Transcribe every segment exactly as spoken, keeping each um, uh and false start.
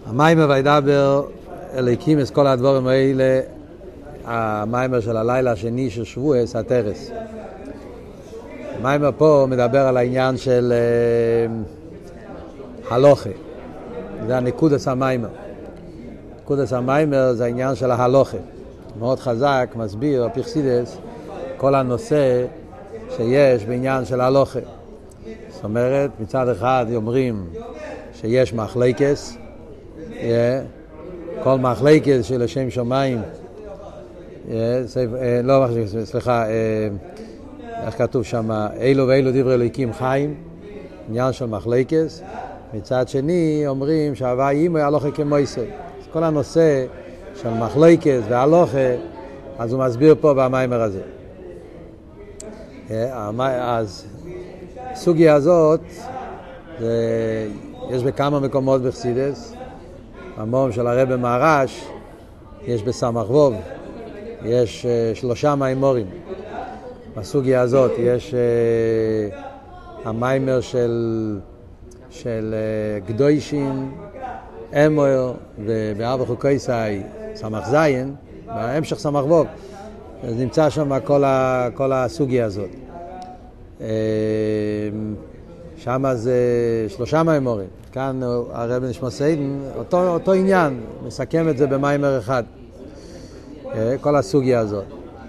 המיימר וידבר אלוהים את כל הדברים האלה, המיימר של הלילה השני של שבועס התרס. המיימר פה מדבר על העניין של הלוכה, זה הנקודס המיימר. נקודס המיימר זה העניין של ההלוכה, מאוד חזק, מסביר פרסידס כל הנושא שיש בעניין של הלוכה. זאת אומרת, מצד אחד אומרים שיש מחלקס, כל מחלקס של השם שמיים, לא, סליחה, איך כתוב שם, אילו ואילו דברי אלוהים חיים, עניין של מחלקס. מצד שני אומרים שההווה אימו הלוכה כמויסה. כל הנושא של מחלקס והלוכה, אז הוא מסביר פה במיימר הזה. אז הסוגיה הזאת יש בכמה מקומות בחסידס. המום של הרב מהר"ש יש בסמ"ך ווב, יש שלושה מיימורים בסוגיה הזאת. יש המיימר של של קדושים אמור ובארבע חוקי סי סמ"ך זין בהמשך סמ"ך ווב, אז נמצא שם כל, ה, כל הסוגיה הזאת. שם זה שלושה מיימורים. כאן הרב נשמע סיידן, אותו, אותו עניין, מסכם את זה במיימר אחד, כל הסוגיה הזאת.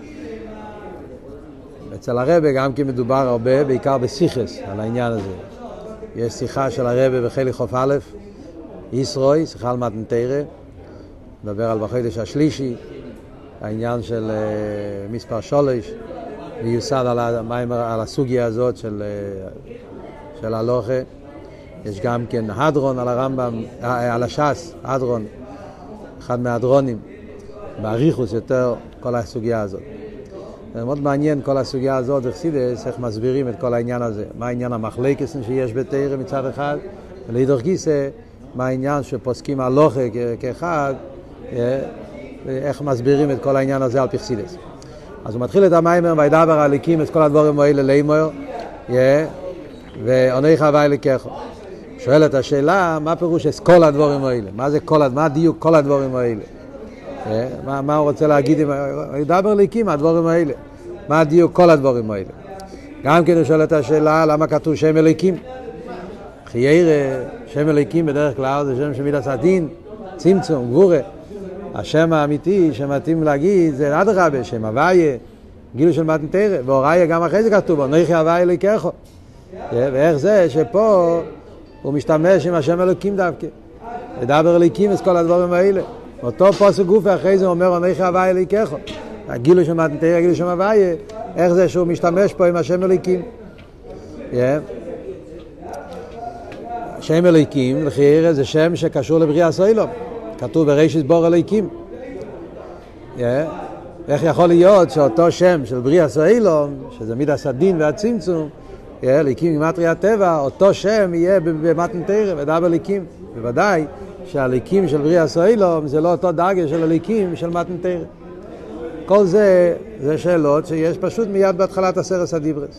אצל הרב גם כי מדובר הרבה, בעיקר בשיחס, על העניין הזה. יש שיחה של הרב בחלק חוף א', ישרוי, שיחה על מתן תורה, מדבר על בחודש השלישי, העניין של uh, מספר שלוש, ויוסד על, המיימר, על הסוגיה הזאת של, uh, של הלוכה. יש גם כן הדרון על הרמב"ם, uh, על הש"ס, הדרון, אחד מהדרונים, באריכוס יותר כל הסוגיה הזאת. זה מאוד מעניין כל הסוגיה הזאת, בחסידס, איך מסבירים את כל העניין הזה. מה העניין המחלקס שיש בתורה מצד אחד, ולהידור גיסא, מה העניין שפוסקים הלוכה כאחד, איך מסבירים את כל העניין הזה על פרסידס. אז הוא מתחיל את המיימר, וידבר אלוהים את כל הדברים האלה לאמור, ועונך הווי לקחו. שואל את השאלה, מה פירוש את כל הדברים האלה? מה זה כל, מה דיוק כל הדברים האלה? מה, מה הוא רוצה להגיד? וידבר אלוהים הדברים האלה. מה דיוק כל הדברים האלה? גם כן הוא שואל את השאלה, למה כתוב שם אלוהים? חיירה, שם אלוהים בדרך כלל זה שם שמידת הדין, צמצום, גבורה. השם האמיתי שמתאים להגיד זה אדרבה, שם הוויה, גילו של מתן תורה, והוראיה גם אחרי זה כתוב, עונך הווי לקחו. ואיך זה שפה הוא משתמש עם השם אלוהים דווקא. ודבר אלוהים את כל הדברים האלה. אותו פוסק גוף אחרי זה אומר עונך הווי לקחו. הגילו של מתן תורה, גילו של הוויה, איך זה שהוא משתמש פה עם השם אלוהים. שם אלוהים, לחייר, זה שם שקשור לבריאת העולם. כתוב בראשית ברא אלוהים. איך יכול להיות שאותו שם של בריאת העולם, שזה מידת הדין והצמצום, אלוהים מגימטריית הטבע, אותו שם יהיה במתן תורה, ודבר אלוהים. בוודאי שהאלוהים של בריאת העולם זה לא אותו דרגה של אלוהים של מתן תורה. כל זה, זה שאלות שיש פשוט מיד בהתחלת עשרת הדיברס.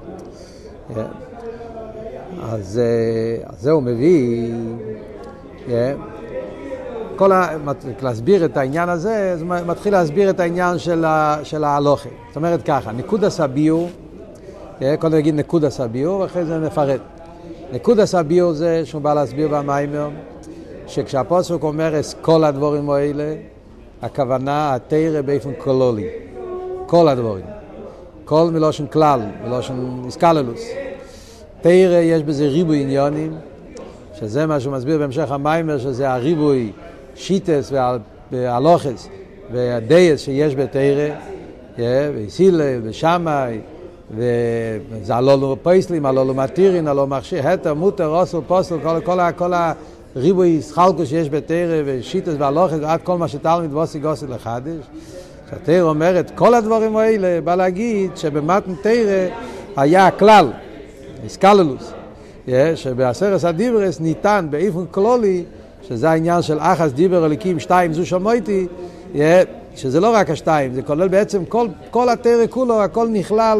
אז, אז זה הוא מביא, yeah. כל ה... להסביר את העניין הזה, אז מתחיל להסביר את העניין של, ה... של ההלוכה. זאת אומרת ככה, נקודס הביור, yeah, קודם נגיד נקודס הביור, ואחרי זה נפרט. נקודס הביור זה שהוא בא להסביר במיימר, שכשהפוסק אומר את כל הדברים האלה, הכוונה התורה באופן כללי. כל הדברים. כל מלושן כלל, מלושן איסקללוס. תורה יש בזה ריבוי עניונים, שזה מה שהוא מסביר בהמשך המיימר, שזה הריבוי שיטס והלוחס והדייס שיש בתורה, ויסילה ושמאי, וזה הלולו פייסלים, הלולו מתירין, הלולו מכשיר, התר, מותר, רוסל, פוסל, כל, כל, כל הריבוי סחלקוס שיש בתורה ושיטס והלוחס, ועד כל מה שתלמיד ועוסי גוסי לחדש. שהתורה אומרת, כל הדברים האלה בא להגיד שבמתן תורה היה הכלל, איסקללוס, שבעשרת הדיברס ניתן באופן כללי, שזה העניין של אחס דיבר אלוקים שתיים זו שמעתי, שזה לא רק השתיים, זה כולל בעצם כל, כל התורה כולו, הכל נכלל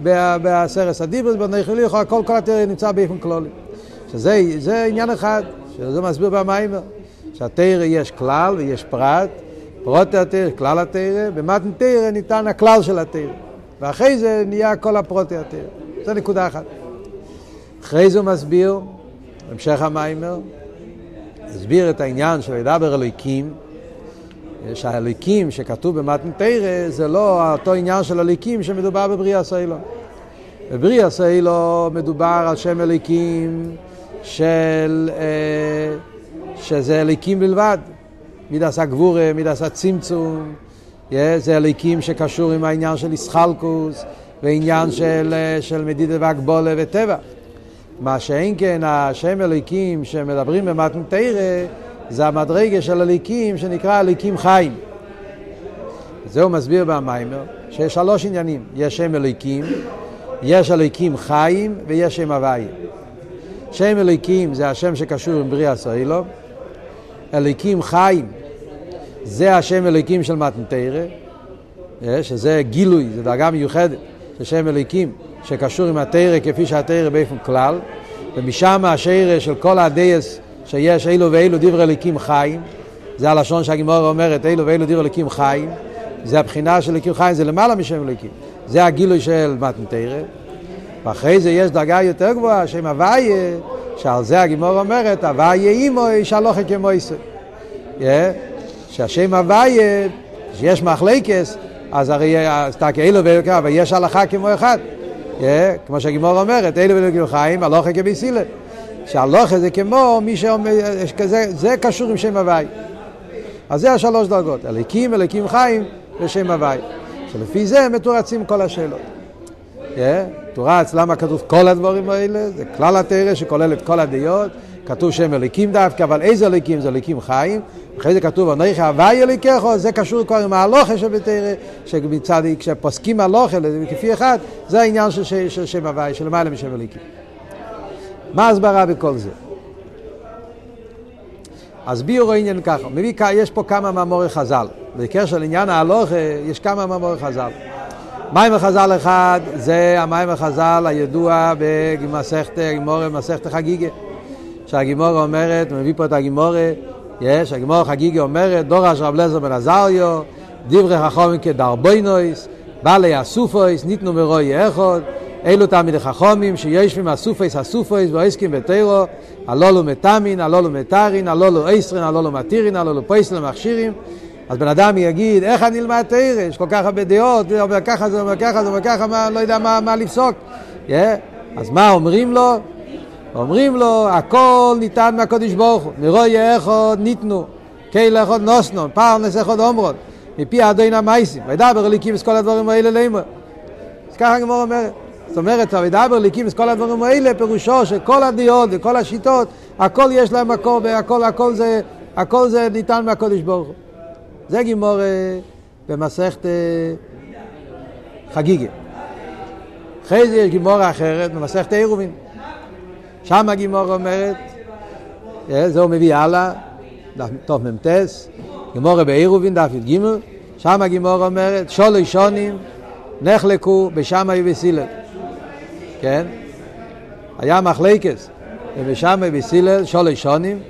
בעשרת הדיברס, בנכלי, הכל, כל התורה נמצא באופן כללי. שזה זה עניין אחד, שזה מסביר במיימר, שהתורה יש כלל ויש פרט, פרוט התורה, כלל התורה, במתן תורה ניתן הכלל של התורה, ואחרי זה נהיה כל הפרוט התורה. זו נקודה אחת. אחרי זה הוא מסביר, בהמשך המיימר, הסביר את העניין של ידבר אלוהיקים, שהאלוהיקים שכתוב במתן תורה זה לא אותו עניין של אלוהיקים שמדובר בבריאה סוילו. בבריאה סוילו מדובר על שם אלוהיקים של, שזה אלוהיקים בלבד, מידס הגבורה, מידס הצמצום, זה אלוהיקים שקשור עם העניין של ישחלקוס ועניין של, של מדידה והגבולה וטבע. מה שאין כן השם אלוהיקים שמדברים במתן תורה זה המדרגה של אלוהיקים שנקרא אלוהיקים חיים. זהו מסביר במיימר שיש שלוש עניינים, יש שם אלוהיקים, יש אלוהיקים חיים ויש שם הוויה. שם אלוהיקים זה השם שקשור עם בריאה סוילו, אלוהיקים חיים זה השם אלוהיקים של מתן תורה, שזה גילוי, זה דרגה מיוחדת של שם אלוהיקים שקשור עם התורה כפי שהתורה באופן כלל, ומשם השיר של כל הדייס שיש אילו ואילו דברי אלוהיקים חיים, זה הלשון שהגמרא אומרת, אילו ואילו דברי אלוהיקים חיים, זה הבחינה של אלוהיקים חיים, זה למעלה משם אלוהיקים, זה הגילוי של מתן תורה. ואחרי זה יש דרגה יותר גבוהה, שם הוויה, שעל זה הגמרא אומרת, הוויה אימו שלוחה כמו איסו. שהשם הוויה, שיש מחלקס, אז הרי סתק אילו ואילו, אבל יש הלכה כמו אחד. כמו שהגמרא אומרת, אילו ואילו אלוהיקים חיים, הלכה כבסילה. שהלוכה זה כמו מי שאומר, זה קשור עם שם הוואי. אז זה השלוש דרגות, אלוהיקים, אלוהיקים חיים ושם הוואי. שלפי זה מתורצים כל השאלות. תורץ למה כתוב כל הדברים האלה, זה כלל התורה שכולל את כל הדעות, כתוב שם אלוהיקים דווקא, אבל איזה אלוהיקים? זה אלוהיקים חיים. אחרי זה כתוב, אנכי הוואי אלוהיכךו, זה קשור כבר עם ההלוכה שבתורה, שמצד, כשפוסקים הלוכה כפי אחד, זה העניין של, של, של שם הוואי, של למעלה משם אלוהיקים. מה הסברה בכל זה? אז ביור העניין ככה, מביא, יש פה כמה מאמרי חז"ל. בקשר לעניין ההלוכה, יש כמה מאמרי חז"ל. מאמר חז"ל אחד, זה המאמר חז"ל הידוע במסכת הגמרא, מסכת חגיגה. שהגמרא אומרת, מביא פה את הגמרא, יש, הגמרא חגיגה אומרת, דורש רב אליעזר בן עזריה, דברי חכמים כדרבנוס, בעלי הסופוס, ניתנו מרואי אחד, אלו תלמידי חכמים שיושבים הסופוס הסופוס ועוסקים בתורה, הלולו מטמין, הלולו מטרין, הלולו עשרין, הלולו מתירין, הלולו פויסלם מכשירים. אז בן אדם יגיד, איך אני אלמד תורה? יש כל כך הרבה דעות, זה אומר ככה, זה אומר ככה, זה אומר ככה, מה, לא יודע מה, מה לפסוק. Yeah. אז מה אומרים לו? אומרים לו, הכל ניתן מהקדוש ברוך הוא, מרואי אחד ניתנו, קהיל אחד נוסנו, פרנס אחד אומרות, מפי אדון המייסים, וידבר אלוהיקים את כל הדברים האלה לאמור. אז ככה הגמרא אומרת. זאת אומרת, וידבר אלוהיקים את כל הדברים האלה, פירושו שכל הדעות וכל השיטות, הכל יש להם מקור, והכל הכל זה, הכל זה ניתן מהקדוש ברוך הוא. זה גמרא במסכת חגיגה. אחרי זה יש גמרא אחרת במסכת עירובין. שם הגמרא אומרת, זה הוא מביא הלאה, טוב ממתס, גמרא בעירובין, דף י"ג, שם הגמרא אומרת, שלוש שנים נחלקו בשמאי ובהלל. כן? היה מחלקס בשמאי ובהלל שלוש שנים,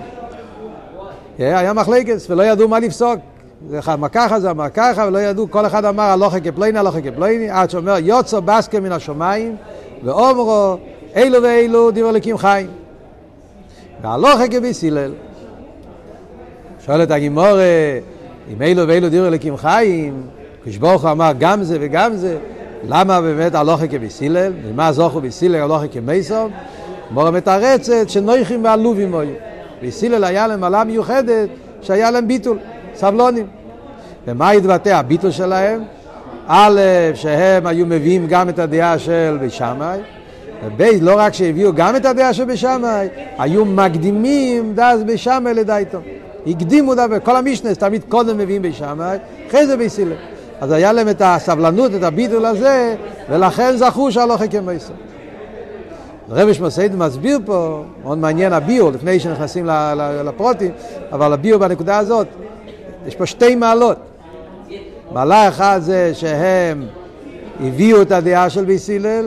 היה מחלקס ולא ידעו מה לפסוק. זה אמר ככה, זה אמר ככה, ולא ידעו, כל אחד אמר הלוכה כפלייני, הלוכה כפלייני, עד שאומר יוצא בסקה מן השמיים ואומרו אילו ואילו דברי אלוהיקים חיים. והלוכה כבהלל. שואלת הגמרא, אם אילו ואילו דברי אלוהיקים חיים, הקדוש ברוך הוא אמר גם זה וגם זה, למה באמת הלוכה כבהלל? ומה זוכו בהלל הלוכה כמייסון? הגמרא מתרצת שנויכים ועלובים היו. בהלל היה להם מעלה מיוחדת שהיה להם ביטול, סבלונים. ומה התבטא הביטול שלהם? א', שהם היו מביאים גם את הדעה של בשמאי, וב', לא רק שהביאו גם את הדעה של בשמאי, היו מקדימים דאז בשמאי לדייתו. הקדימו דבר, כל המשנס תמיד קודם מביאים בשמאי, אחרי זה בהלל. אז היה להם את הסבלנות, את הביטול הזה, ולכן זכו שהלוכה כמייסון. הרב שמסעיד מסביר פה, מאוד מעניין הביור, לפני שנכנסים לפרוטים, אבל הביור בנקודה הזאת, יש פה שתי מעלות. מעלה אחת זה שהם הביאו את הדעה של בהלל,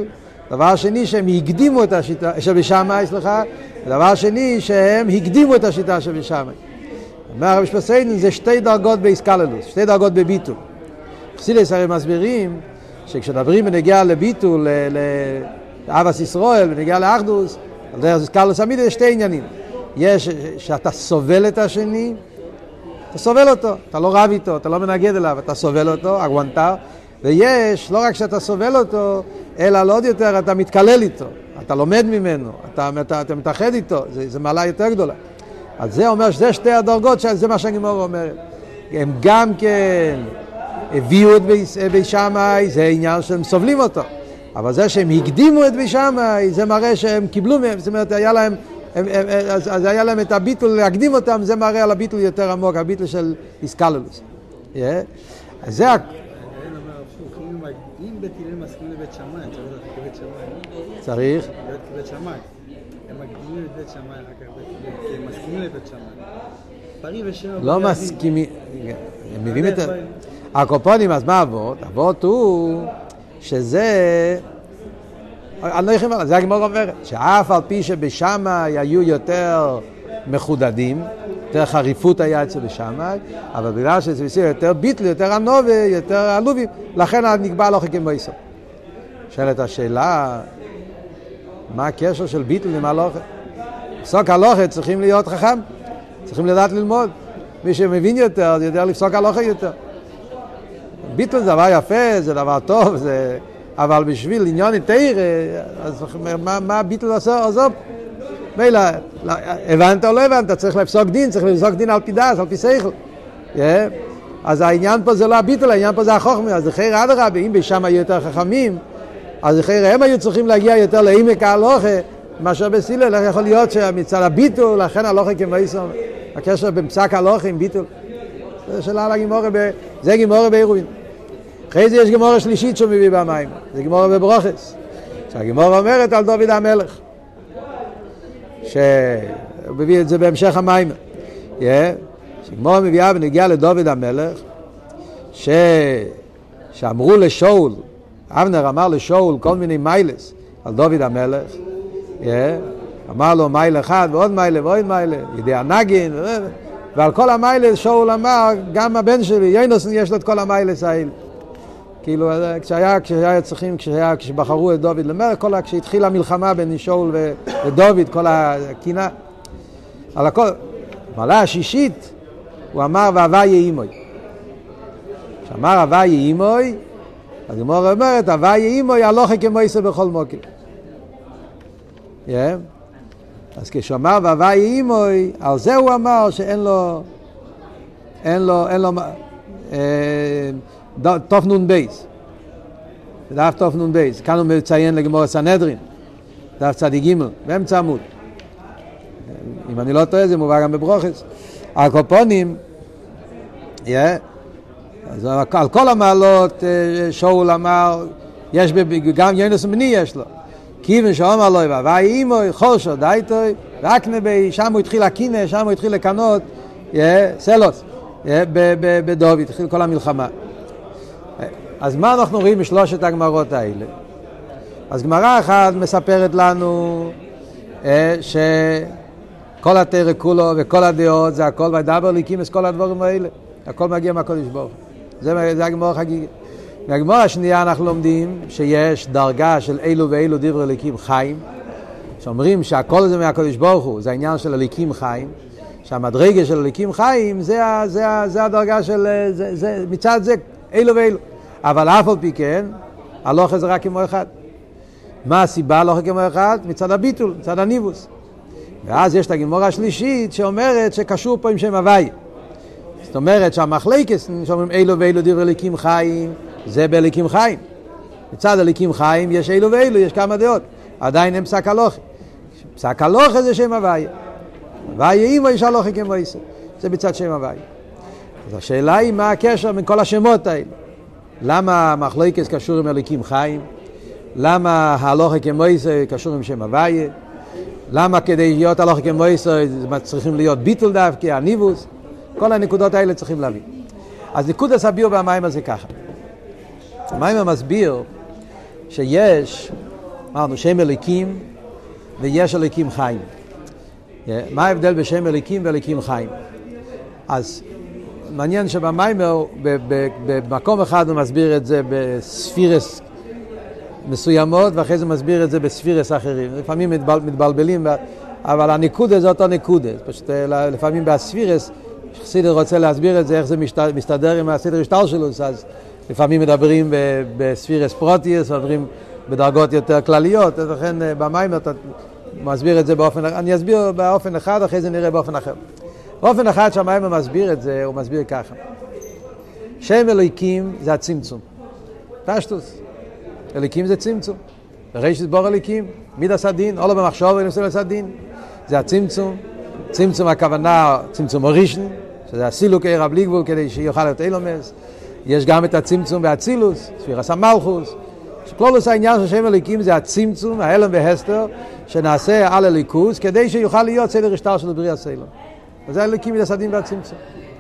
דבר שני שהם הקדימו את השיטה שבשמאי, סליחה, דבר שני שהם הקדימו את השיטה שבשמאי. אומר הרב שפסיידן, זה שתי דרגות באיסקללוס, שתי דרגות בביטול. חסידס הרי מסבירים שכשדברים בנגיעה לביטול, לאהבת ישראל, בנגיעה לאחדוס, על דרך איסקללוס עמיד יש שתי עניינים. יש שאתה סובל את השני, אתה סובל אותו, אתה לא רב איתו, אתה לא מנגד אליו, אתה סובל אותו, אגוונטר, ויש, לא רק שאתה סובל אותו, אלא לא עוד יותר, אתה מתקלל איתו, אתה לומד ממנו, אתה, אתה, אתה מתאחד איתו, זה, זה מעלה יותר גדולה. אז זה אומר שזה שתי הדרגות, זה מה שהגימור אומרת. הם גם כן הביאו את בית שמאי, זה עניין שהם סובלים אותו. אבל זה שהם הקדימו את בית שמאי, זה מראה שהם קיבלו מהם, זאת אומרת, היה להם, הם, הם, אז, אז היה להם את הביטול להקדים אותם, זה מראה על הביטול יותר עמוק, הביטול של איסקללוס. Yeah. אז זה... אם בית הלל מסכים לבית שמאי, צריך לדעת כבית שמאי. צריך? להיות כבית שמאי. הם מקדימים את בית שמאי, אחר כך בית הלל, כי הם מסכימים לבית שמאי. פרי ושם... לא מסכימים... הם מביאים את... הקופונים, אז מה אבות? אבות הוא שזה... אני לא יכולים... זה הגמור אומרת, שאף על פי שבשמאי היו יותר מחודדים, יותר חריפות היה אצל שמאי, אבל בגלל שזה בסדר יותר ביטל, יותר ענובה, יותר עלובים, לכן נקבע הלוכה כמויסר. שאלת השאלה, מה הקשר של ביטל עם הלוכה? לפסוק הלוכה צריכים להיות חכם, צריכים לדעת ללמוד. מי שמבין יותר, יודע לפסוק הלוכה יותר. ביטל זה דבר יפה, זה דבר טוב, זה... אבל בשביל עניין תאיר, אז מה, מה ביטל עושה? עזוב. מילא, הבנת או לא הבנת, צריך לפסוק דין, צריך לפסוק דין על פי דס, על פי שכל. Yeah. אז העניין פה זה לא הביטול, העניין פה זה החוכמה. אז אחרי עד הרבי, אם בשם היו יותר חכמים, אז אחרי הם היו צריכים להגיע יותר לעמק ההלוכה, מאשר בסילל, איך יכול להיות שמצד הביטול, לכן הלוכה כמייסון, הקשר בפסק הלוכה עם ביטול. זה שאלה על הגימורה, זה גימורה בעירובין. אחרי זה יש גימורה שלישית שמביא במים, זה גימורה בברוכס. שהגימורה אומרת על דוד המלך. שהוא מביא את זה בהמשך המים. Yeah. שגמור מביאה ונגיע לדוד המלך, ש... שאמרו לשאול, אבנר אמר לשאול כל מיני מיילס על דוד המלך, yeah. אמר לו מייל אחד ועוד מייל ועוד מייל, ידי הנגין, ו... ועל כל המיילס שאול אמר, גם הבן שלי, יינוסן יש לו את כל המיילס האלה. כאילו, כשהיה, כשהיה צריכים, כשהיה, כשבחרו את דוד למלך, כל, כשהתחילה המלחמה בין שאול ו... ודוד, כל הקינה, על הכל, מעלה השישית, הוא אמר, והווה יהיה אימוי. כשאמר, הווה יהיה אימוי, אז גמרא אומרת, הווה יהיה אימוי, הלוכה כמויסר בכל מוקר. Yeah. אז כשהוא אמר, והווה יהיה אימוי, על זה הוא אמר שאין לו, אין לו, אין לו, אה, תוף נון בייס. דף תוף נון בייס. כאן הוא מציין לגמרא סנהדרין. דף צדיק ג' באמצע עמוד. אם אני לא טועה, זה מובא גם בברוכס. הקופונים, yeah, אז על כל המעלות שאול אמר, יש גם יונס בני יש לו. כיוון שאומר לו, והווה אימו, חושו, דייטוי, והקנבי, שם הוא התחיל הקינה, שם הוא התחיל לקנות, yeah, סלוס, yeah, בדוד, התחיל כל המלחמה. אז מה אנחנו רואים בשלושת הגמרות האלה? אז גמרא אחת מספרת לנו ש... כל התרא כולו וכל הדעות, זה הכל, וידבר ליקים את כל הדברים האלה. הכל מגיע מהקודש ברוך. זה, זה הגמור חגיגי. מהגמור השנייה אנחנו לומדים שיש דרגה של אילו ואילו דברי ליקים חיים, שאומרים שהכל זה מהקודש ברוך הוא, זה העניין של הליקים חיים, שהמדרגה של הליקים חיים, זה, זה, זה הדרגה של, זה, זה, מצד זה, אילו ואילו. אבל אף על פי כן, הלוכה זה רק כמו אחד. מה הסיבה הלוכה כמו אחד? מצד הביטול, מצד הניבוס. ואז יש את הגמורה השלישית שאומרת שקשור פה עם שם הוואי. זאת אומרת שהמחלקת שאומרים אילו ואילו דברי ליקים חיים, זה בליקים חיים. מצד הליקים חיים יש אילו ואילו, יש כמה דעות. עדיין הם פסק הלוכה. פסק הלוכה זה שם הוואי. הוואי אימו יש הלוכה כמו איסר. זה בצד שם הוואי. אז השאלה היא מה הקשר בין כל השמות האלה. למה המחלקת קשור עם הליקים חיים? למה הלוכה כמו איסר קשור עם שם הוואי? למה כדי להיות הלוכה כמו איסר צריכים להיות ביטול דווקא, הניבוס? כל הנקודות האלה צריכים להבין. אז נקודת הביאור במים הזה ככה. המים המסביר שיש אמרנו שם אליקים ויש אליקים חיים. מה ההבדל בשם אליקים ואליקים חיים? אז מעניין שבמיימר, במקום אחד הוא מסביר את זה בספירס מסוימות, ואחרי זה מסביר את זה בספירס אחרים. לפעמים מתבל, מתבלבלים, אבל הניקודה זה אותו ניקודה. פשוט לפעמים בספירס, חסידות רוצה להסביר את זה, איך זה מסתדר עם הסדר השטר שלו, אז לפעמים מדברים בספירס פרוטיוס, מדברים בדרגות יותר כלליות, לכן במיימר אתה מסביר את זה באופן, אני אסביר באופן אחד, אחרי זה נראה באופן אחר. באופן אחד שהמיימר מסביר את זה, הוא מסביר ככה. שם אלוהיקים זה הצמצום. פשטוס. אלוהיקים זה צמצום. ראשית בור אלוהיקים, מידס הדין, עולה במחשוב ונפסול הדין. זה הצמצום. צמצום הכוונה, צמצום הראשון, שזה הסילוק עיר הבלי גבול, כדי שיוכל להיות אילומס. יש גם את הצמצום באצילוס, ספירס המלכוס. שכלולוס העניין של שם אלוהיקים זה הצמצום, ההלם והסתר, שנעשה על הליכוס, כדי שיוכל להיות סדר השטר של בריאה סלם. וזה אלוהיקים מידס הדין והצמצום.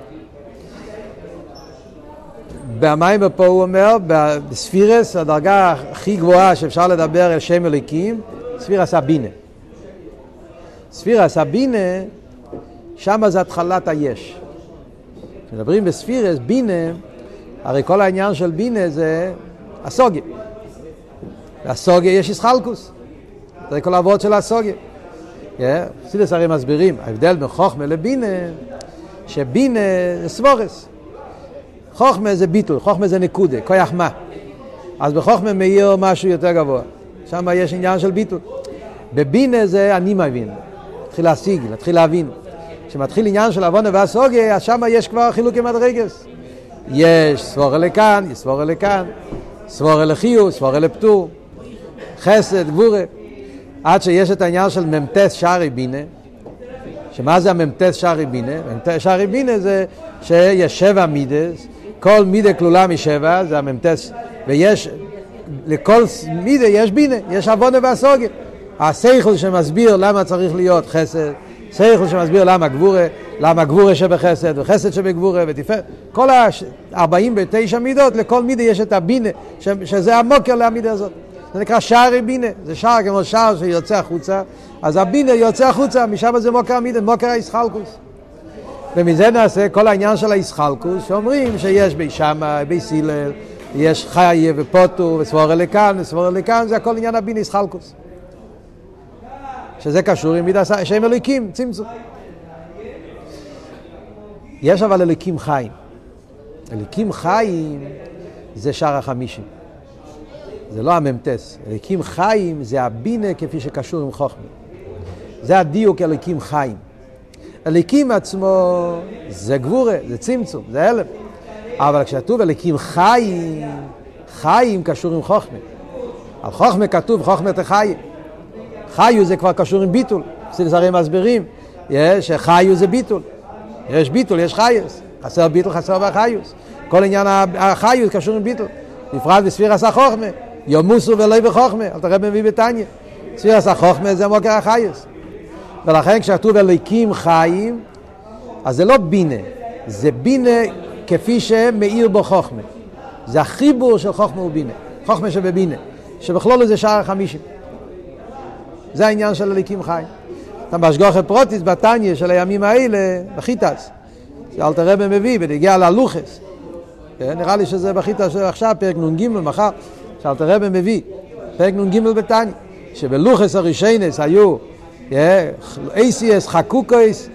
במים פה הוא אומר, בספירס, הדרגה הכי גבוהה שאפשר לדבר על שם אלוהיקים, ספירס הבינה. ספירס הבינה, שם זה התחלת היש. כשמדברים בספירס, בינה, הרי כל העניין של בינה זה הסוגיה. הסוגיה יש ישחלקוס. זה כל העבוד של הסוגיה. חסידות הרי מסבירים, ההבדל בין חוכמה לבינה, שבינה זה סבורס. חוכמה זה ביטול, חוכמה זה נקודה, כוח מה. אז בחוכמה מאיר משהו יותר גבוה. שם יש עניין של ביטול. בבינה זה אני מבין. להתחיל להשיג, להתחיל להבין. כשמתחיל עניין של עוונה והסוגיה, אז שם יש כבר חילוקי מדרגס. יש סבורה לכאן, יש סבורה לכאן, סבורה לחיוב, סבורה לפטור, חסד, גבורה. עד שיש את העניין של ממתס שערי בינה. שמה זה הממתס שערי בינה? ממתס שערי בינה זה שיש שבע מידס, כל מידה כלולה משבע, זה הממתס, ויש, לכל מידה יש בינה, יש עוונה והסוגיה. השכל שמסביר למה צריך להיות חסד, שכל שמסביר למה גבורה, למה גבורה שבחסד וחסד שבגבורה ותפארת. כל ה-ארבעים ותשע מידות, לכל מידה יש את הבינה, שזה המוקר למידה הזאת. זה נקרא שערי בינה, זה שער כמו שער שיוצא החוצה, אז הבינה יוצא החוצה, משם זה מוקר המידה, מוקר הישחלקוס. ומזה נעשה כל העניין של הישחלקוס, שאומרים שיש בי שמה, בי סילל, יש חיה ופוטו וסבורה לכאן, וסבורה לכאן, זה הכל עניין הבינה ישחלקוס. שזה קשור עם מידה שם אלוהיקים, צמצום. יש אבל אלוהיקים חיים. אלוהיקים חיים זה שער החמישים. זה לא הממתס. אלוהיקים חיים זה הבינה כפי שקשור עם חוכמה. זה הדיוק אלוהיקים חיים. אלוהיקים עצמו זה גבורה, זה צמצום, זה הלם. אבל כשכתוב אלוהיקים חיים, חיים קשור עם חוכמה. על חוכמה כתוב חוכמה תחיים. חיו זה כבר קשור עם ביטול. חסידות הרי מסבירים שחיו זה ביטול. יש ביטול, יש חייס. חסר ביטול, חסר בחיוס. כל עניין החיוס קשור עם ביטול. בפרט בספירס החוכמה. יומוסו ולא בחוכמה. אל תראה במביא בתניא. ספירס החוכמה זה מוקר החייס. ולכן כשכתוב אלוהיקים חיים, אז זה לא בינה. זה בינה כפי שמאיר בו חוכמה. זה החיבור של חוכמה ובינה. חוכמה שבבינה. שבכלול זה שער החמישים. זה העניין של אלוהיקים חיים. אתה בהשגחה פרוטיס בתניא של הימים האלה, בחיטס, שאלתר רבי מביא, בנגיע ללוחס. נראה לי שזה בחיטס עכשיו, פרק נ"ג מחר, שאלתר רבי מביא, פרק נ"ג בתניא, שבלוחס הראשונס היו אייסיאס חקוקויס,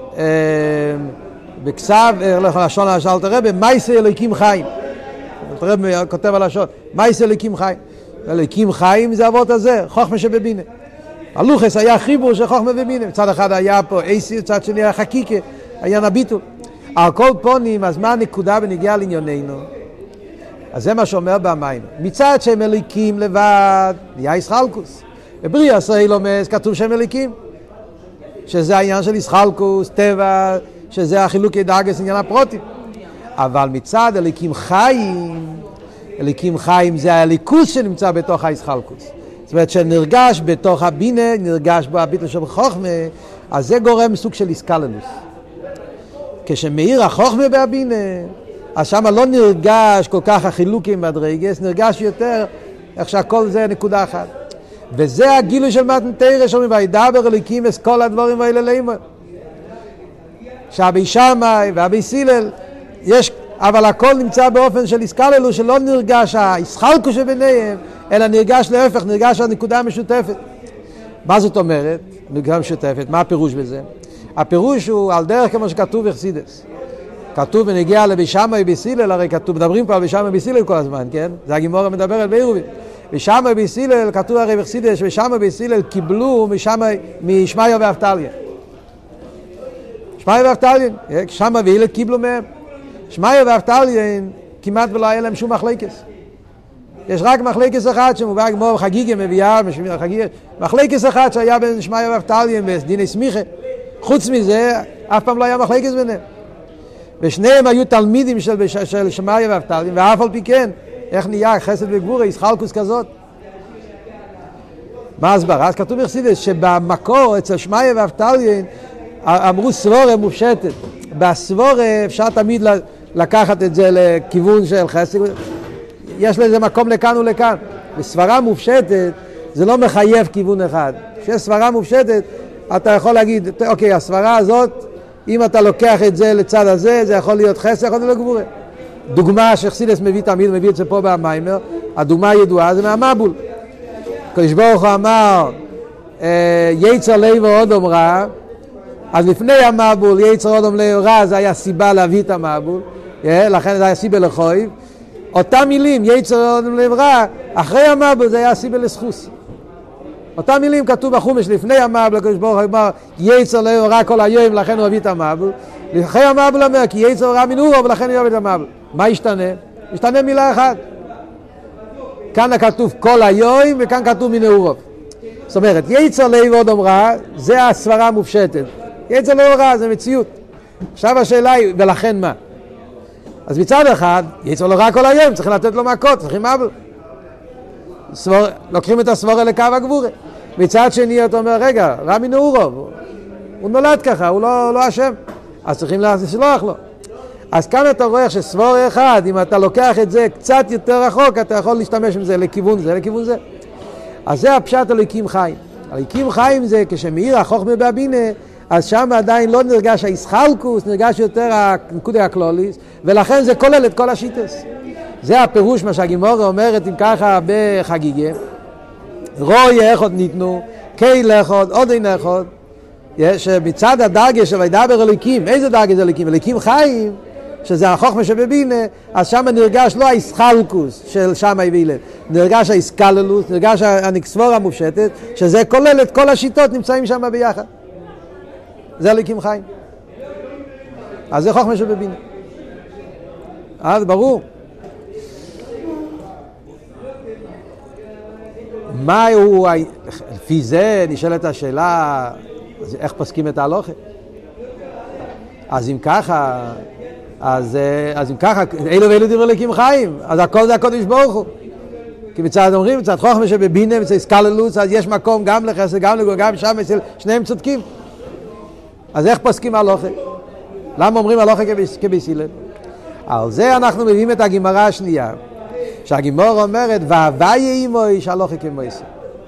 בכסב, לשון של אלתר רבי, מייסי אלוהיקים חיים. אלתר רבי כותב על לשון, מייסי אלוהיקים חיים. אלוהיקים חיים זה אבות הזה, חוכמה שבבינה. הלוחס היה חיבור של חוכמה ובינה. מצד אחד היה פה אייסי, מצד שני היה חקיקה, היה נביטול. על כל פונים, אז מה הנקודה בנגיעה לענייננו? אז זה מה שאומר במים. מצד שהם אלוהיקים לבד, נהיה ישחלקוס. בבריאה סילומס כתוב שהם אלוהיקים. שזה העניין של ישחלקוס, טבע, שזה החילוקי דרגס, עניין הפרוטים. אבל מצד אלוהיקים חיים, אלוהיקים חיים זה הליכוס שנמצא בתוך הישחלקוס. זאת אומרת שנרגש בתוך הבינה, נרגש בו הביטל של חוכמה, אז זה גורם סוג של איסקללוס. כשמאיר החוכמה בהבינה, אז שם לא נרגש כל כך החילוקים מדרגס, נרגש יותר איך שהכל זה נקודה אחת. וזה הגילוי של מתן תורה שאומרים, וידבר אלוקים את כל הדברים האלה לאמור. שהבי שמאי והבי סילל, יש, אבל הכל נמצא באופן של הסקללו, שלא נרגש הישחלקו שביניהם, אלא נרגש להפך, נרגש הנקודה המשותפת. מה זאת אומרת? נקודה משותפת, מה הפירוש בזה? הפירוש הוא על דרך כמו שכתוב בחסידות. כתוב ונגיע לבי שמאי ובי סילל, הרי כתוב, מדברים פה על בי שמאי ובי סילל כל הזמן, כן? זה הגימורה מדברת בעירובין. בי שמאי ובי סילל, כתוב הרי בחסידות, שבי שמאי ובי סילל קיבלו משמאי ואבטליה. שמאי ואבטליין, שמאי והילל קיבלו מהם. שמאי ואבטליין כמעט ולא היה להם שום מחלקס. יש רק מחלקס אחד שמובא כמו חגיגה מביאה, מחלקס אחד שהיה בין שמאי ואבטליין בדיני סמיכה. חוץ מזה, אף פעם לא היה מחלקס ביניהם. ושניהם היו תלמידים של, של שמאי ואבטליין, ואף על פי כן, איך נהיה חסד וגבורה, ישחלקוס כזאת. מה הסברה? אז כתוב בחסידות שבמקור אצל שמאי ואבטליין אמרו סבורה מופשטת. בסבורה אפשר תמיד לקחת את זה לכיוון של חסד. יש לזה מקום לכאן ולכאן. בסברה מופשטת זה לא מחייב כיוון אחד. כשיש סברה מופשטת אתה יכול להגיד, אוקיי, הסברה הזאת, אם אתה לוקח את זה לצד הזה, זה יכול להיות חסד, יכול להיות גבורה. דוגמה שחסידס מביא תמיד, מביא את זה פה במיימר, הדוגמה הידועה זה מהמבול. הקדוש ברוך הוא אמר, יצר לב ואודום רע, אז לפני המבול, יצר אודום לב רע, זה היה סיבה להביא את המבול, לכן זה היה סיבה לחויב. אותם מילים, יצר אודום לב רע, אחרי המבול זה היה סיבה לסחוס. אותם מילים כתוב בחומש לפני המבול, הקדוש ברוך הוא אמר, יצר לב רע כל היום, לכן הוא הביא את המבול. אחרי המבול אומר, כי יצר רע מנורו, ולכן הוא הביא את המבול. מה ישתנה? ישתנה מילה אחת. כאן כתוב כל היום, וכאן כתוב מנעורוב. זאת אומרת, יצר לב ואודום רע, זה הסברה המופשטת. יצר לב רע, זה מציאות. עכשיו השאלה היא, ולכן מה? אז מצד אחד, יצר לב רע כל היום, צריכים לתת לו מכות, צריכים מבול. סבור, לוקחים את הסבורה לקו הגבורה. מצד שני, אתה אומר, רגע, רע מנעורוב, הוא נולד ככה, הוא לא, לא אשם. אז צריכים לסלוח לו. אז כאן אתה רואה שסבור אחד, אם אתה לוקח את זה קצת יותר רחוק, אתה יכול להשתמש עם זה לכיוון זה, לכיוון זה. אז זה הפשט הליקים חיים. הליקים חיים זה כשמאיר החוכמה בהבינה, אז שם עדיין לא נרגש הישחלקוס, נרגש יותר הנקודה הכלוליס, ולכן זה כולל את כל השיטס. זה הפירוש מה שהגימורה אומרת, אם ככה בחגיגה, רואי אחד ניתנו, קהיל אחד, עוד אין אחד, שמצד הדרגה של וידבר אלוקים, איזה דרגה זה אלוקים? אלוקים חיים, שזה החוכמה שבבינה, אז שם נרגש לא הישחלקוס של שמאי והילל, נרגש היסקללוס, נרגש הנקסבורה המופשטת, שזה כולל את כל השיטות נמצאים שם ביחד. זה אלוקים חיים. אז זה חוכמה שבבינה. אז ברור. מה הוא, לפי זה נשאלת השאלה, איך פוסקים את ההלוכה? אז אם ככה, אז, אז אם ככה, אילו ואילו דברי אלוקים חיים, אז הכל זה הקודש ברוך הוא. כי מצד אומרים, מצד חוכמה שבבינה, מצד סקללוס, אז יש מקום גם לחסד, גם לגור, גם שם, שניהם צודקים. אז איך פוסקים ההלוכה? למה אומרים ההלוכה כבסילל? על זה אנחנו מביאים את הגימרה השנייה, שהגימורה אומרת, והוויה אימוי שהלוכה כמויסר.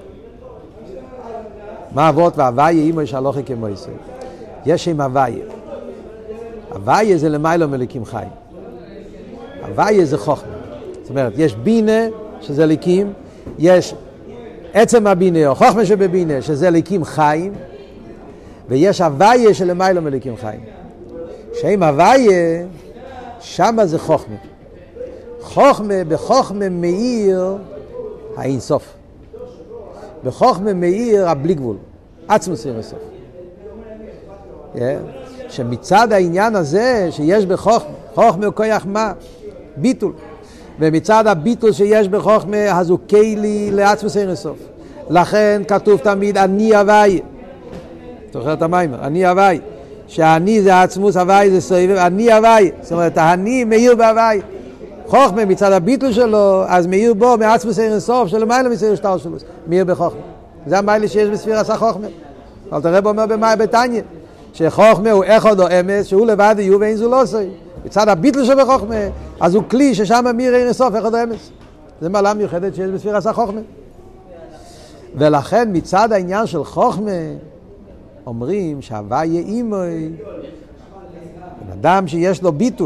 מה אבות והוויה אימוי שהלוכה כמויסר? יש עם הוויה. הוויה זה למיילו מליקים חיים. הוויה זה חוכמה. זאת אומרת, יש בינה שזה ליקים, יש עצם הבינה או חוכמה שבבינה שזה ליקים חיים, ויש הוויה של למיילו מליקים חיים. שעם הוויה, שמה זה חוכמה. חוכמה, בחוכמה מאיר האינסוף. בחוכמה מאיר הבלי גבול. עצמוס אינסוף. Yeah. שמצד העניין הזה שיש בחוכמה, חוכמה הוא כוח מה? ביטול. ומצד הביטול שיש בחוכמה, אז הוא כלי לעצמוס אינסוף. לכן כתוב תמיד אני הווי. תוכל את המיימר, אני הווי. שהאני זה עצמוס, הווי זה סובב, אני הווי. זאת אומרת, אני מאיר בהווי. חוכמה מצד הביטול שלו, אז מאיר בו מעצמוס אינסוף, שלא מיילה מסיר שטר שלו, מאיר בחוכמה. זה המיילה שיש בספיר עשה חוכמה. אבל תראה בו אומר במאי בתניא, שחוכמה הוא אחד או אמס, שהוא לבד יהיו ואין זו לא סוי. מצד הביטול שלו בחוכמה, אז הוא כלי ששם מאיר אינסוף, אחד או אמס. זה מעלה מיוחדת שיש בספיר עשה חוכמה. ולכן מצד העניין של חוכמה, אומרים שהוויה אימוי, בן אדם שיש לו ביטול,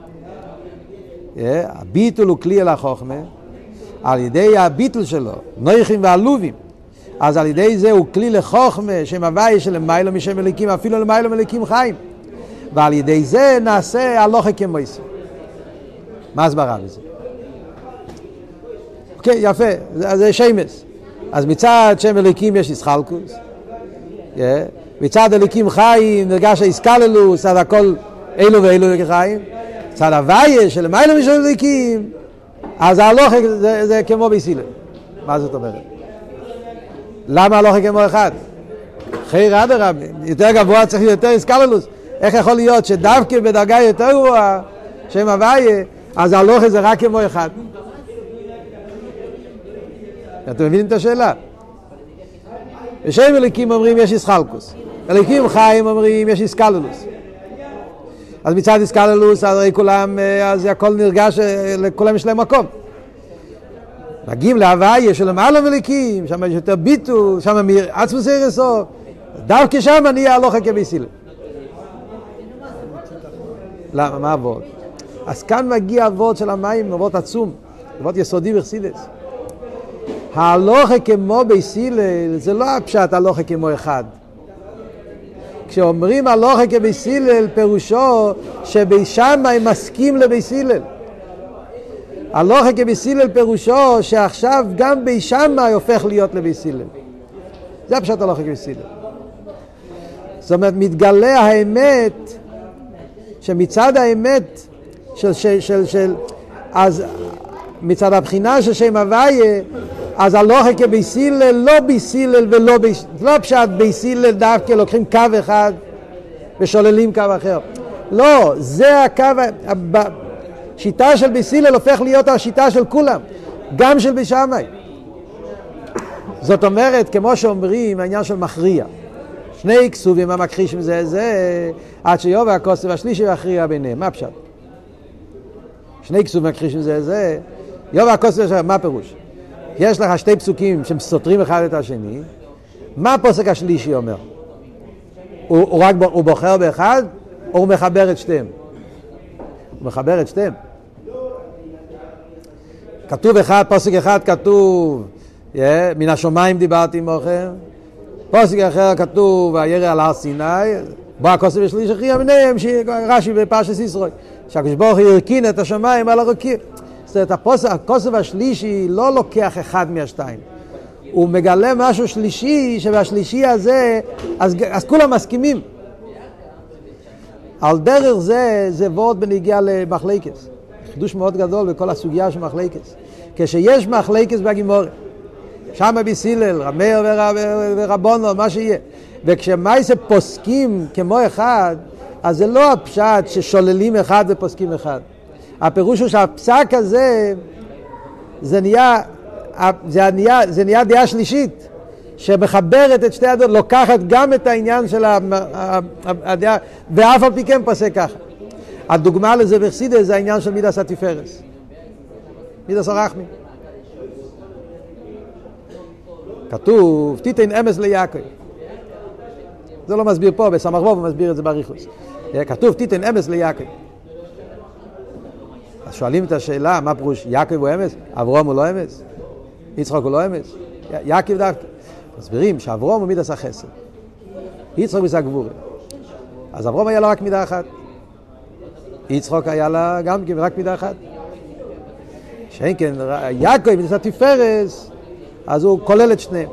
הביטול הוא כלי אל החוכמה, על ידי הביטול שלו, נויכים ועלובים, אז על ידי זה הוא כלי לחוכמה, שם הוויה שלמיילו משם מליקים, אפילו למיילו מליקים חיים, ועל ידי זה נעשה הלוכה כמויסה. מה הסברה בזה? אוקיי, יפה, זה, זה שמס. אז מצד שם מליקים יש ישחלקוס, yeah. מצד הליקים חיים נרגש היסקללוס, אז הכל אילו ואילו חיים. מצד הוויה שלמיילו משם מליקים, אז ההלוכה זה, זה כמו ביסילה. מה זאת אומרת? למה ההלוכה כמו אחד? חיר אדרבה, יותר גבוה צריך יותר יסקללוס. איך יכול להיות שדווקא בדרגה יותר גבוהה, שם הוויה, אז ההלוכה זה רק כמו אחד? אתם מבינים את השאלה? בשם אליקים אומרים יש ישחלקוס. אליקים חיים אומרים יש יסקללוס. אז מצד יסקללוס, הרי כולם, אז הכל נרגש, לכולם יש להם מקום. מגיעים להוויה של למעלה מליקים, שם יש יותר ביטול, שם עצמוס הרסו, דווקא שם נהיה הלוכה כביסילה. למה? מה עבוד? אז כאן מגיע עבוד של המים, עבוד עצום, עבוד יסודי בחסידות. ההלוכה כמו ביסילל, זה לא הפשט הלוכה כמו אחד. כשאומרים הלוכה כביסילל, פירושו שבישמאי מסכים לביסילל. הלוכה כביסילל פירושו שעכשיו גם בישמאי הופך להיות לביסילל. זה הפשט הלוכה כביסילל. זאת אומרת, מתגלה האמת, שמצד האמת של, של, של, של אז מצד הבחינה של שם הוויה, אז הלוכה כביסילל, לא ביסילל ולא ביסילל, לא פשט ביסילל דווקא לוקחים קו אחד ושוללים קו אחר. לא, זה הקו, השיטה של ביסילל הופך להיות השיטה של כולם, גם של בשמאי. זאת אומרת, כמו שאומרים, העניין של מכריע. שני כסובים המכחישים זה זה, עד שיובא הכוסף השלישי והכריע ביניהם. מה פשט? שני כסובים מכחישים זה זה, יובא הכוסף השלישי, מה פירוש? יש לך שתי פסוקים שסותרים אחד את השני. מה הפוסק השלישי אומר? הוא, הוא רק הוא בוחר באחד, או הוא מחבר את שתיהם? הוא מחבר את שתיהם. כתוב אחד, פוסק אחד כתוב, yeah, מן השומיים דיברתי מוכם. פוסק אחר כתוב, הירא על הר סיני, בא הכוסף השלישי הכריע ביניהם, רש"י בפרשת ישרוי. שהקדוש ברוך הוא הרכין את השמיים על הרקיע. זאת אומרת, הכוסף השלישי לא לוקח אחד מהשתיים. הוא מגלה משהו שלישי, שבשלישי הזה, אז, אז כולם מסכימים. על דרך זה, זה וורט בנגיע למחלקס. חידוש מאוד גדול בכל הסוגיה של מחלקס. כשיש מחלקס בגימורה, שם ביסילל, רמר ורב, ורבונו, מה שיהיה. וכשמייסה פוסקים כמו אחד, אז זה לא הפשט ששוללים אחד ופוסקים אחד. הפירוש הוא שהפסק הזה, זה נהיה, זה נהיה, זה נהיה דעה שלישית, שמחברת את שתי הדעות, לוקחת גם את העניין של הדעה, ואף על פי כן פוסק ככה. הדוגמה לזה בחסידות זה העניין של מידס התפארס. מידס הרחמים. כתוב, תיתן אמס ליעקב. זה לא מסביר פה, בסמ"ך וו הוא מסביר את זה באריכות. כתוב, תיתן אמס ליעקב. אז שואלים את השאלה, מה פירוש? יעקב הוא אמס? אברהם הוא לא אמס? יצחק הוא לא אמס? יעקב דווקא. מסבירים שאברהם הוא מידס החסד. יצחק הוא הגבורה. אז אברהם היה לו רק מידה אחת. יצחק היה לה גם רק מידה אחת. שאין כן, יעקב מידס התפארס, אז הוא כולל את שניהם.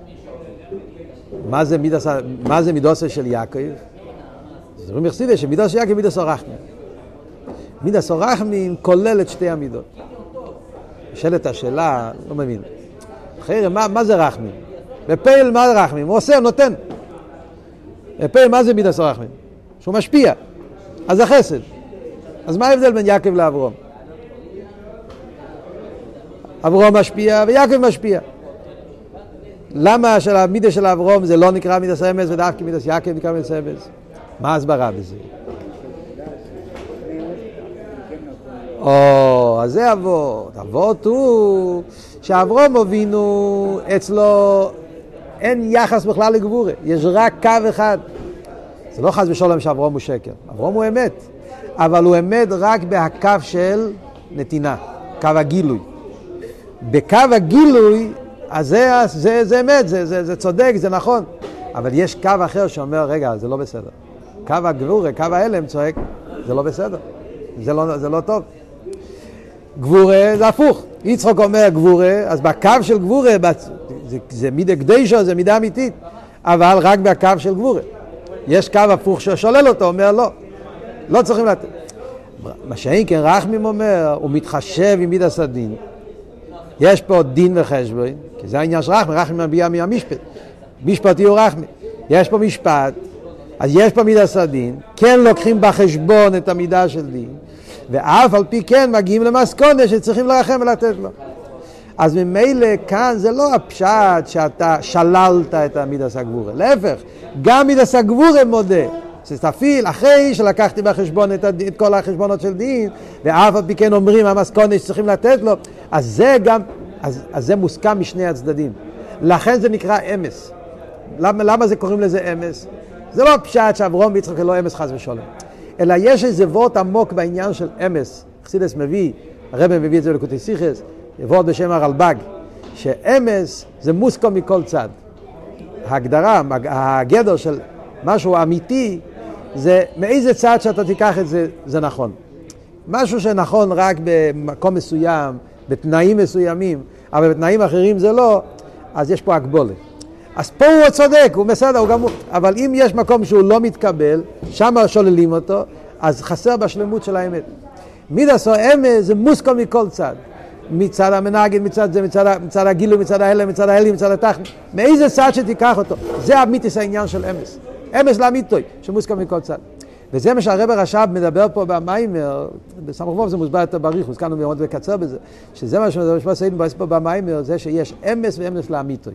מה זה מידס, מה זה מידוס של יעקב? זה אומרים בחסידות שמידוס של יעקב מידס הרחמים. מידס הרחמים כולל את שתי המידות. שאלת השאלה, לא מבין. אחרי, מה, מה זה רחמים? בפעיל מה זה רחמים? הוא עושה, נותן. בפעיל מה זה מידס הרחמים? שהוא משפיע. אז זה חסד. אז מה ההבדל בין יעקב לאברהם? אברהם משפיע ויעקב משפיע. למה של המידה של אברהם זה לא נקרא מידס אמס ודווקא מידס יעקב נקרא מידס אמס? מה ההסברה בזה? או, אז זה אבות. אבות הוא שאברהם אבינו אצלו אין יחס בכלל לגבורה, יש רק קו אחד. זה לא חס ושלום שאברהם הוא שקר, אברהם הוא אמת, אבל הוא אמת רק בהקו של נתינה, קו הגילוי. בקו הגילוי, אז זה, זה, זה אמת, זה, זה, זה צודק, זה נכון. אבל יש קו אחר שאומר, רגע, זה לא בסדר. קו הגבורה, קו ההלם צועק, זה לא בסדר. זה לא, זה לא טוב. גבורה זה הפוך. יצחק אומר גבורה, אז בקו של גבורה, זה, זה מידה קדושה, זה מידה אמיתית. אבל רק בקו של גבורה. יש קו הפוך ששולל אותו, אומר לא. לא צריכים לתת. מה שאין כן רחמים אומר, הוא מתחשב עם מידת הדין. יש פה דין וחשבון, כי זה העניין של רחמים, רחמים מביע מהמשפט. משפטי הוא רחמים. יש פה משפט, אז יש פה מידת הדין, כן לוקחים בחשבון את המידה של דין, ואף על פי כן מגיעים למסקנה שצריכים לרחם ולתת לו. אז ממילא כאן זה לא הפשט שאתה שללת את המידת הגבורה. להפך, גם מידת הגבורה מודה. שתפיל אחרי שלקחתי בחשבון את, הד... את כל החשבונות של דין, ואף על פי כן אומרים המסקנה שצריכים לתת לו, אז זה גם, אז, אז זה מוסכם משני הצדדים. לכן זה נקרא אמס. למה, למה זה קוראים לזה אמס? זה לא פשט שאברהם ויצחק לא אמס חס ושלום. אלא יש איזה וורט עמוק בעניין של אמס. חסידס מביא, הרב מביא את זה בליקוטי שיחס, וורט בשם הרלב"ג, שאמס זה מוסכם מכל צד. ההגדרה, הגדר של משהו אמיתי, זה מאיזה צד שאתה תיקח את זה, זה נכון. משהו שנכון רק במקום מסוים, בתנאים מסוימים, אבל בתנאים אחרים זה לא, אז יש פה הגבולה. אז פה הוא צודק, הוא בסדר, הוא גם... אבל אם יש מקום שהוא לא מתקבל, שם שוללים אותו, אז חסר בשלמות של האמת. מידס או אמת זה מוסכם מכל צד. מצד המנהגת, מצד זה, מצד, מצד הגילו, מצד ההלם, מצד ההלים, מצד התחת. מאיזה צד שתיקח אותו. זה המיתיס העניין של אמס. אמס לאמיתוי, שמוסכם מכל צד. וזה מה שהרב הרש"ב מדבר פה במיימר, בסמך ווב זה מוסבר יותר בריחוס, כאן הוא מאוד בקצר בזה, שזה מה שמדבר סעידנו פה במיימר, זה שיש אמס ואמס לאמיתוי.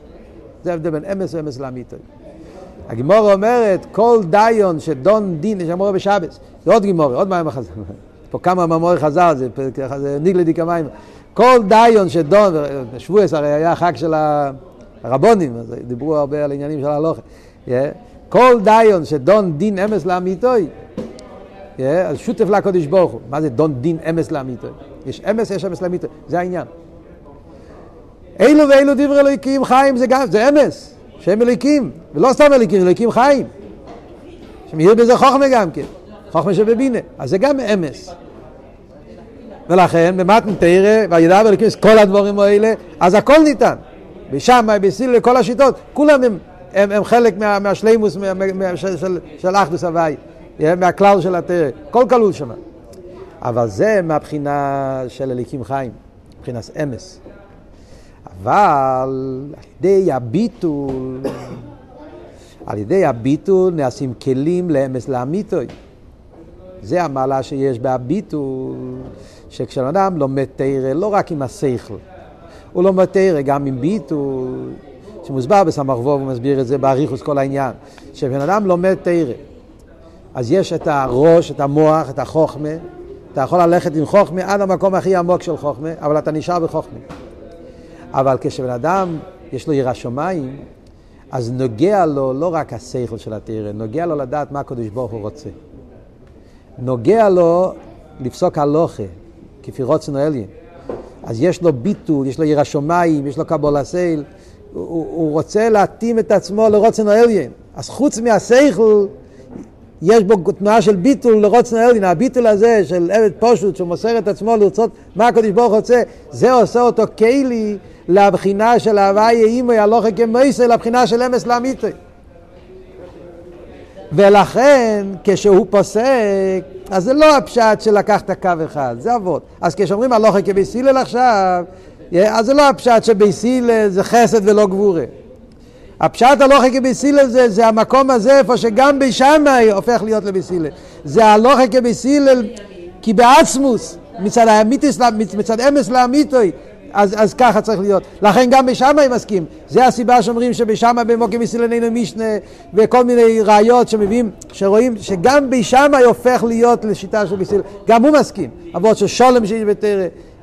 זה הבדל בין אמס ואמס לאמיתוי. הגימורה אומרת, כל דיון שדון דין, יש אמורה בשבס, זה עוד גימורה, עוד מיימר חזר. פה כמה מאמורי חזר, זה, זה ניגלדיק המיימר. כל דיון שדון, שבועס הרי היה חג של הרבונים, אז דיברו הרבה על עניינים של ההלוכה. Yeah. כל דיון שדון דין אמס לאמיתוי, yeah, אז שותף לקודש ברוך הוא. מה זה דון דין אמס לאמיתוי? יש אמס, יש אמס לאמיתוי. זה העניין. אילו ואילו דברי אלוהיקים חיים זה גם, זה אמס. שהם אלוהיקים. ולא סתם אלוהיקים, אלוהיקים חיים. שמייד בזה חוכמה גם כן. חוכמה שבבינה. אז זה גם אמס. ולכן, במתן תרא, וידע באלוהיקים, כל הדברים האלה, אז הכל ניתן. בשמאי, בסיל, לכל השיטות, כולם הם הם, הם חלק מה, מהשלימוס מה, מה, של, של, של אחדוס הוואי, מהכלל של התרא, כל כלול שם. אבל זה מהבחינה של אליקים חיים, מבחינת אמס. אבל על ידי הביטול, על ידי הביטול נעשים כלים לאמס לאמיתוי. זה המעלה שיש בהביטול, שכשאדם לומד תרא לא רק עם השכל, הוא לומד תרא גם עם ביטול, שמוסבר בסמך ווב, הוא מסביר את זה באריכוס כל העניין, שבן אדם לומד תרא, אז יש את הראש, את המוח, את החוכמה, אתה יכול ללכת עם חוכמה עד המקום הכי עמוק של חוכמה, אבל אתה נשאר בחוכמה. אבל כשבן אדם יש לו יראת שמיים, אז נוגע לו לא רק השכל של התרא, נוגע לו לדעת מה הקדוש ברוך הוא רוצה. נוגע לו לפסוק הלוכה, כפי רוצנו עליין. אז יש לו ביטול, יש לו יראת שמיים, יש לו קבלה סייל, הוא, הוא רוצה להתאים את עצמו לרוצנו עליין. אז חוץ מהשכל, יש בו תנועה של ביטול לרוצנו עליין. הביטול הזה של עבד פשוט, שהוא מוסר את עצמו לרצות מה הקדוש ברוך רוצה, זה עושה אותו כלי לבחינה של הוואי אימוי הלוכה כמייסה, לבחינה של אמס לאמיתוי. ולכן כשהוא פוסק, אז זה לא הפשט שלקחת קו אחד, זה עבוד. אז כשאומרים הלוכה כבסילל עכשיו, אז זה לא הפשט שבסילל זה חסד ולא גבורה. הפשט הלוכה כבסילל זה, זה המקום הזה איפה שגם בשמאי הופך להיות לבסילל. זה הלוכה כבסילל כי בעצמוס, מצד האמיתיס, מצד אמס לאמיתוי, אז, אז ככה צריך להיות. לכן גם בשמאי מסכים. זה הסיבה שאומרים שבשמאי במוקי בסילל אינו משנה, וכל מיני ראיות שמביאים, שרואים שגם בשמאי הופך להיות לשיטה של בסילל. גם הוא מסכים. אבל ששולם שיש בתרא,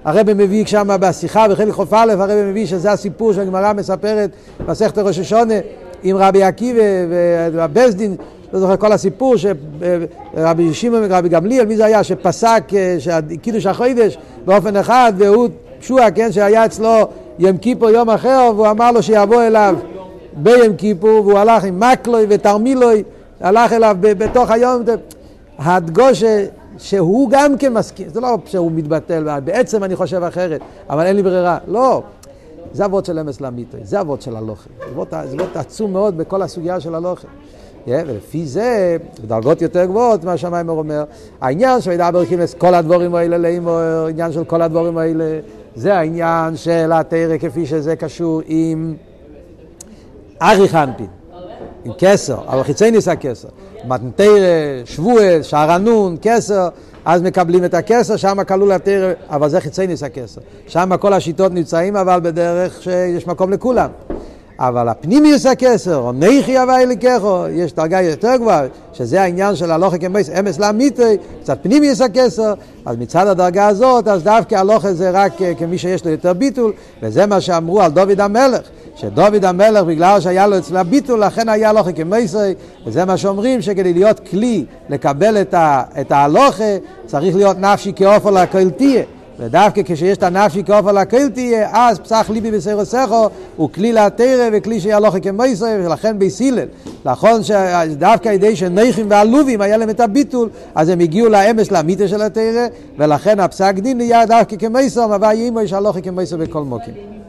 הרב מביא שם בשיחה בחלק חוף א', הרב מביא שזה הסיפור שהגמרא מספרת מסכת ראש השונה עם רבי עקיבא והבסדין, לא זוכר כל הסיפור שרבי שמעון ורבי גמליאל, מי זה היה שפסק קידוש החודש באופן אחד, והוא פשוע, כן, שהיה אצלו יום כיפור יום אחר, והוא אמר לו שיבוא אליו ביום כיפור, והוא הלך עם מקלוי ותרמילוי, הלך אליו בתוך היום. הדגוש שהוא גם כן מסכים, זה לא שהוא מתבטל, בעצם אני חושב אחרת, אבל אין לי ברירה, לא. זה אבות של אמס לאמיתו, זה אבות של הלוכה, זה אבות עצום מאוד בכל הסוגיה של הלוכה. ולפי זה, בדרגות יותר גבוהות, מה שהמיימר אומר, העניין שידבר כמס כל הדבורים האלה לאמור, העניין של כל הדבורים האלה, זה העניין של התורה כפי שזה קשור עם ארי חנפין, עם כסר, אבל חיצי ניסה כסר. מתנתרה, שבוע, שערנון, כסר, אז מקבלים את הכסר, שם כלול התורה, אבל זה חיצי ניסה כסר. שם כל השיטות נמצאים, אבל בדרך שיש מקום לכולם. אבל הפנימיוס הכסר, או נחי הווי לקחו, יש דרגה יותר גבוהה, שזה העניין של הלוכה כמייס, אמס לאמיתי, קצת פנימיוס הכסר, אז מצד הדרגה הזאת, אז דווקא הלוכה זה רק כמי שיש לו יותר ביטול, וזה מה שאמרו על דוד המלך, שדוד המלך בגלל שהיה לו אצלה ביטול, לכן היה הלוכה כמייס, וזה מה שאומרים שכדי להיות כלי לקבל את, ה, את ההלוכה, צריך להיות נפשי כאופו לכל תהיה. ודווקא כשיש את הנפשי כאופו לכל תהיה, אז פסח ליבי בסיירו סכו הוא כלי לתורה וכלי שיהלוכה כמייסר, ולכן בייסילל. נכון שדווקא ידי שנייכים והלובים היה להם את הביטול, אז הם הגיעו לאמס לאמיתה של התורה, ולכן הפסק דין נהיה דווקא כמייסר, מביא אימו יש הלוכה כמייסר בכל מוקים.